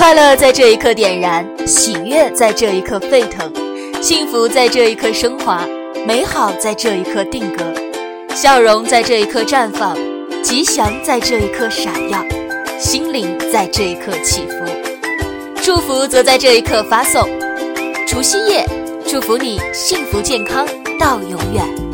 快乐在这一刻点燃，喜悦在这一刻沸腾，幸福在这一刻升华，美好在这一刻定格，笑容在这一刻绽放，吉祥在这一刻闪耀，心灵在这一刻起伏，祝福则在这一刻发送。除夕夜，祝福你幸福健康到永远。